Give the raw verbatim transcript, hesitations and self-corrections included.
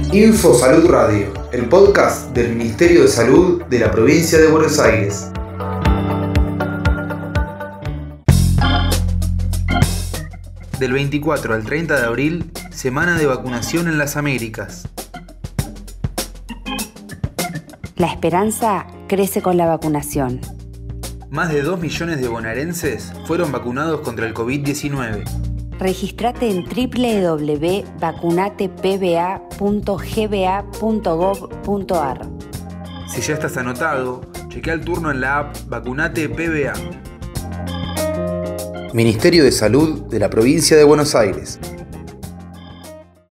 Info Salud Radio, el podcast del Ministerio de Salud de la provincia de Buenos Aires. Del veinticuatro al treinta de abril, semana de vacunación en las Américas. La esperanza crece con la vacunación. Más de dos millones de bonaerenses fueron vacunados contra el covid diecinueve. Registrate en doble u doble u doble u punto vacunate p b a punto g b a punto gov punto a r. Si ya estás anotado, chequea el turno en la app Vacunate P B A. Ministerio de Salud de la provincia de Buenos Aires.